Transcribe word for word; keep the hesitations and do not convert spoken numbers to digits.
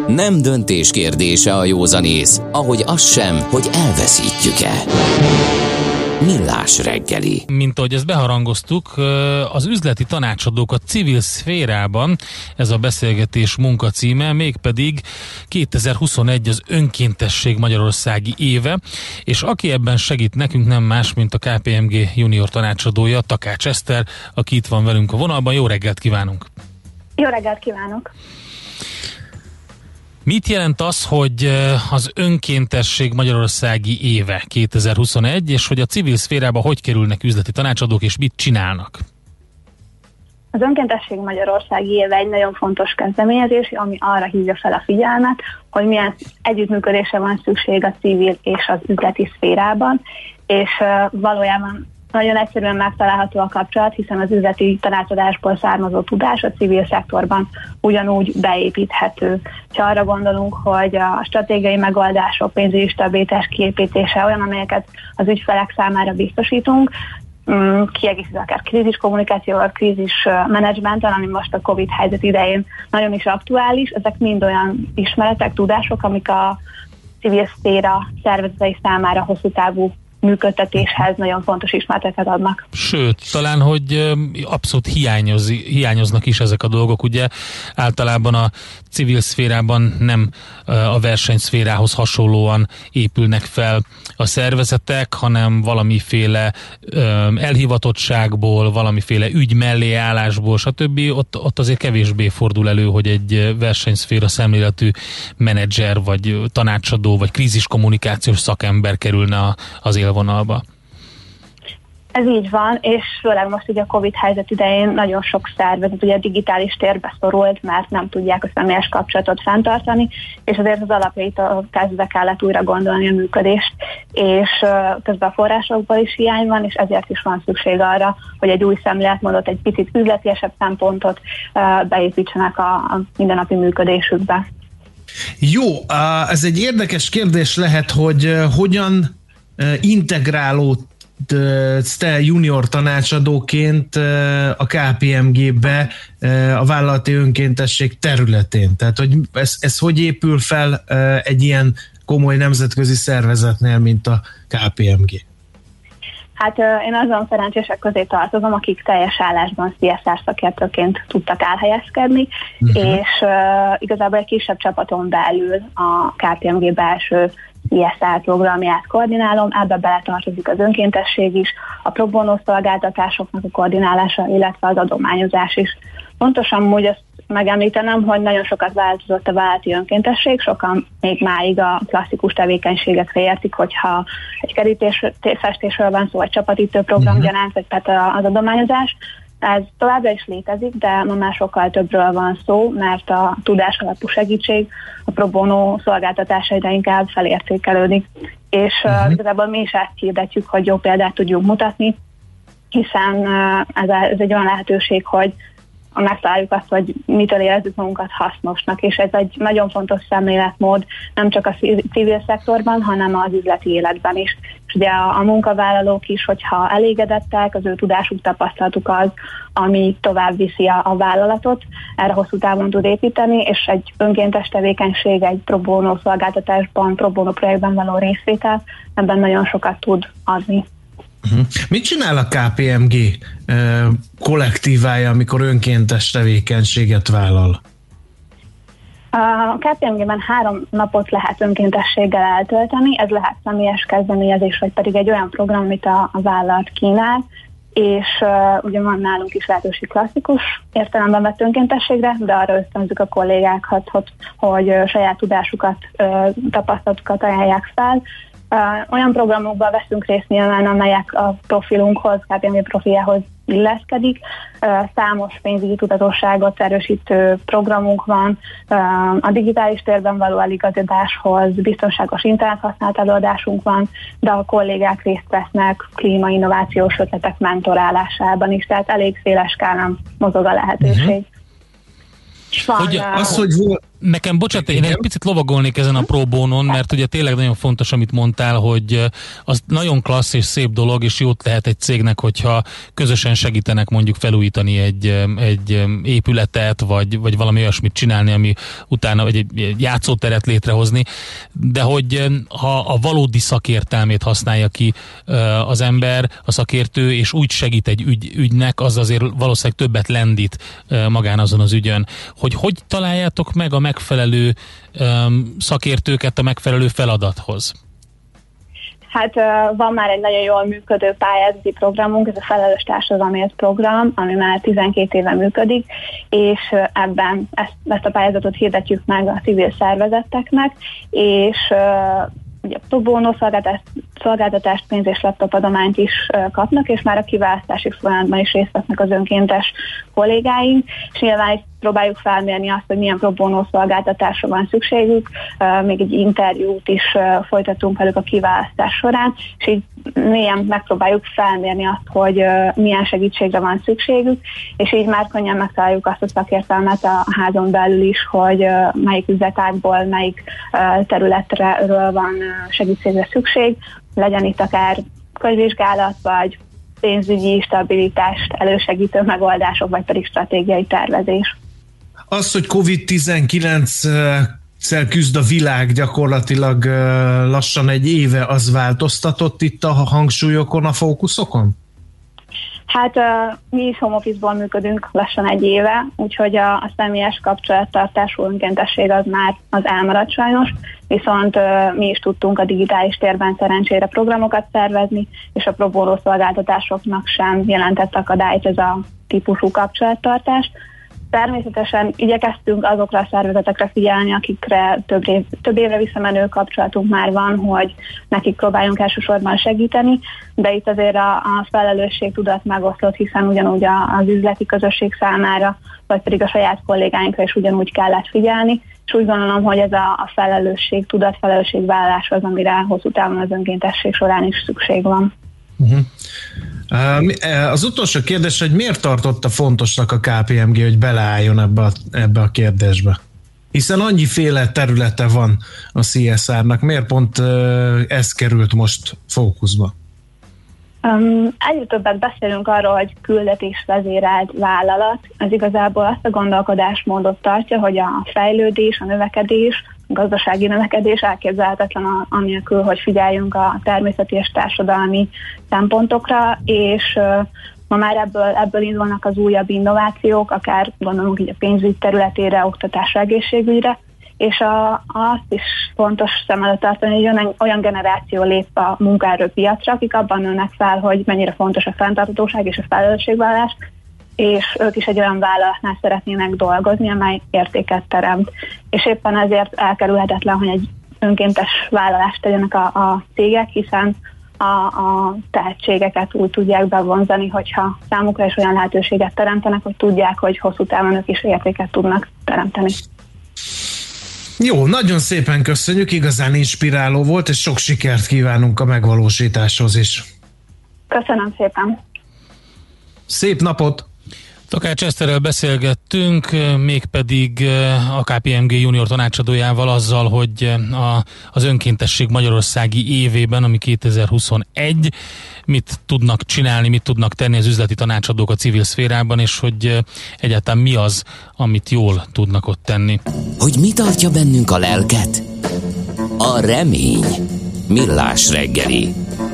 Nem döntés kérdése a józanész, ahogy az sem, hogy elveszítjük-e. Millás reggeli. Mint ahogy ezt beharangoztuk, az üzleti tanácsadók a civil szférában, ez a beszélgetés munkacíme, mégpedig kétezer-huszonegy az önkéntesség magyarországi éve, és aki ebben segít nekünk nem más, mint a ká pé em gé junior tanácsadója, Takács Eszter, aki itt van velünk a vonalban. Jó reggelt kívánunk! Jó reggelt kívánok! Mit jelent az, hogy az önkéntesség magyarországi éve kétezer-huszonegy, és hogy a civil szférában hogy kerülnek üzleti tanácsadók, és mit csinálnak? Az önkéntesség magyarországi éve egy nagyon fontos kezdeményezés, ami arra hívja fel a figyelmet, hogy milyen együttműködésre van szükség a civil és az üzleti szférában, és valójában nagyon egyszerűen megtalálható a kapcsolat, hiszen az üzleti tanácsadásból származó tudás a civil szektorban ugyanúgy beépíthető. Ha arra gondolunk, hogy a stratégiai megoldások, pénzügyi stabilitás kiépítése olyan, amelyeket az ügyfelek számára biztosítunk, kiegészít akár krízis kommunikációval, krízis menedzsmenttel, ami most a Covid helyzet idején nagyon is aktuális. Ezek mind olyan ismeretek, tudások, amik a civil szféra szervezetei számára hosszú távú működtetéshez nagyon fontos ismereteket adnak. Sőt, talán, hogy abszolút hiányoz, hiányoznak is ezek a dolgok, ugye általában a civil szférában nem a versenyszférához hasonlóan épülnek fel a szervezetek, hanem valamiféle elhivatottságból, valamiféle ügy mellé állásból, stb. Ott, ott azért kevésbé fordul elő, hogy egy versenyszféra szemléletű menedzser, vagy tanácsadó, vagy kríziskommunikációs szakember kerülne az élvonalba. Ez így van, és főleg most ugye a Covid helyzet idején nagyon sok szervezet ugye digitális térbe szorult, mert nem tudják a személyes kapcsolatot fenntartani, és azért az alapjaitól kezdve kellett újra gondolni a működést, és közben a forrásokból is hiány van, és ezért is van szükség arra, hogy egy új szemléletmódot, egy picit üzletiesebb szempontot beépítsenek a, a mindennapi működésükbe. Jó, ez egy érdekes kérdés lehet, hogy hogyan integrálódsz te junior tanácsadóként a ká pé em gé-be a vállalati önkéntesség területén. Tehát, hogy ez, ez hogy épül fel egy ilyen komoly nemzetközi szervezetnél, mint a ká pé em gé? Hát én azon szerencsések közé tartozom, akik teljes állásban cé es er szakértőként tudtak elhelyezkedni, uh-huh. és uh, igazából egy kisebb csapaton belül a ká pé em gé belső cé es er programját koordinálom, ebbe beletartozik az önkéntesség is, a pro bono szolgáltatásoknak a koordinálása, illetve az adományozás is. Pontosan úgy azt megemlítenem, hogy nagyon sokat változott a vállalati önkéntesség, sokan még máig a klasszikus tevékenységekre értik, hogyha egy kerítésfestésről van szó, vagy csapatítő program uh-huh. gyanánt, vagy tehát az adományozás. Ez továbbra is létezik, de ma már sokkal többről van szó, mert a tudás alapú segítség a pro bono szolgáltatásaira inkább felértékelődik. És uh-huh. uh, igazából mi is ezt hirdetjük, hogy jó példát tudjunk mutatni, hiszen uh, ez, ez egy olyan lehetőség, hogy megtaláljuk azt, hogy mitől érezzük magunkat hasznosnak, és ez egy nagyon fontos szemléletmód nem csak a civil szektorban, hanem az üzleti életben is. És ugye a, a munkavállalók is, hogyha elégedettek, az ő tudásuk, tapasztalatuk az, ami tovább viszi a, a vállalatot, erre hosszú távon tud építeni, és egy önkéntes tevékenység, egy pro bono szolgáltatásban, pro bono projektben való részvétel, ebben nagyon sokat tud adni. Uh-huh. Mit csinál a ká pé em gé uh, kollektívája, amikor önkéntes tevékenységet vállal? A ká pé em gében három napot lehet önkéntességgel eltölteni, ez lehet személyes kezdeményezés, vagy pedig egy olyan program, amit a, a vállalat kínál, és uh, ugye van nálunk is lehetőség klasszikus értelemben vett önkéntességre, de arra ösztönzük a kollégákat, hogy, hogy uh, saját tudásukat, uh, tapasztalatukat ajánlják fel. Uh, olyan programokban veszünk részt nyilván, amelyek a profilunkhoz, ká pé em gé profiljához illeszkedik. Uh, számos pénzügyi tudatosságot erősítő programunk van, uh, a digitális térben való eligazodáshoz biztonságos internethasználat előadásunk van, de a kollégák részt vesznek klímainnovációs ötletek mentorálásában is, tehát elég széles skálán mozog a lehetőség. Uh-huh. Van, hogy, az, hogy volt Nekem, bocsánat, én egy picit lovagolnék ezen a pro bonon, mert ugye tényleg nagyon fontos, amit mondtál, hogy az nagyon klassz és szép dolog, és jót lehet egy cégnek, hogyha közösen segítenek mondjuk felújítani egy, egy épületet, vagy, vagy valami olyasmit csinálni, ami utána vagy egy játszóteret létrehozni, de hogy ha a valódi szakértelmét használja ki az ember, a szakértő, és úgy segít egy ügy, ügynek, az azért valószínűleg többet lendít magán azon az ügyön. Hogy hogy találjátok meg a megfelelő um, szakértőket a megfelelő feladathoz? Hát van már egy nagyon jól működő pályázati programunk, ez a Felelős Társadalomért program, ami már tizenkét éve működik, és ebben ezt, ezt a pályázatot hirdetjük meg a civil szervezeteknek, és ugye pro bono szolgáltatást, szolgáltatást, pénz és laptopadományt is kapnak, és már a kiválasztási folyamatban is részt vesznek az önkéntes kollégáink, és nyilván próbáljuk felmérni azt, hogy milyen pro bono szolgáltatásra van szükségük, még egy interjút is folytatunk velük a kiválasztás során, és így mélyen megpróbáljuk felmérni azt, hogy milyen segítségre van szükségük, és így már könnyen megtaláljuk azt a szakértelmet a házon belül is, hogy melyik üzletágból, melyik területről van segítségre szükség, legyen itt akár könyvvizsgálat, vagy pénzügyi stabilitást elősegítő megoldások, vagy pedig stratégiai tervezés. Az, hogy kovid tizenkilenccel küzd a világ gyakorlatilag lassan egy éve, az változtatott itt a hangsúlyokon, a fókuszokon? Hát uh, mi is home office-ból működünk lassan egy éve, úgyhogy a, a személyes kapcsolattartású önkéntesség az már az elmaradt sajnos, viszont uh, mi is tudtunk a digitális térben szerencsére programokat szervezni, és a pro bono szolgáltatásoknak sem jelentett akadályt ez a típusú kapcsolattartás. Természetesen igyekeztünk azokra a szervezetekre figyelni, akikre több, év, több évre visszamenő kapcsolatunk már van, hogy nekik próbáljunk elsősorban segíteni, de itt azért a, a felelősség tudat megoszlott, hiszen ugyanúgy a, az üzleti közösség számára, vagy pedig a saját kollégáinkra is ugyanúgy kellett figyelni, és úgy gondolom, hogy ez a, a felelősség tudat, felelősségvállalás az, amire hosszú távon az önkéntesség során is szükség van. Uh-huh. Az utolsó kérdés, hogy miért tartotta fontosnak a ká pé em gé, hogy beleálljon ebbe a, ebbe a kérdésbe? Hiszen annyiféle területe van a cé es er-nak, miért pont ez került most fókuszba? Um, egyre többet beszélünk arról, hogy küldetésvezérelt vállalat. Ez igazából azt a gondolkodásmódot tartja, hogy a fejlődés, a növekedés, a gazdasági növekedés elképzelhetetlen anélkül, hogy figyeljünk a természeti és társadalmi szempontokra, és uh, ma már ebből, ebből indulnak az újabb innovációk, akár gondolunk így a pénzügy területére, oktatásra, egészségügyre, és a, azt is fontos szem előtt tartani, hogy olyan, olyan generáció lép a munkaerőpiacra, akik abban nőnek fel, hogy mennyire fontos a fenntarthatóság és a felelősségvállalás, és ők is egy olyan vállalatnál szeretnének dolgozni, amely értéket teremt. És éppen ezért elkerülhetetlen, hogy egy önkéntes vállalást tegyenek a, a cégek, hiszen a, a tehetségeket úgy tudják bevonzani, hogyha számukra is olyan lehetőséget teremtenek, hogy tudják, hogy hosszú távon ők is értéket tudnak teremteni. Jó, nagyon szépen köszönjük, igazán inspiráló volt, és sok sikert kívánunk a megvalósításhoz is. Köszönöm szépen. Szép napot! Takács Eszterrel beszélgettünk, mégpedig a ká pé em gé junior tanácsadójával azzal, hogy a, az önkéntesség magyarországi évében, ami kétezer-huszonegy, mit tudnak csinálni, mit tudnak tenni az üzleti tanácsadók a civil szférában, és hogy egyáltalán mi az, amit jól tudnak ott tenni. Hogy mi tartja bennünk a lelket? A remény. Millás reggeli.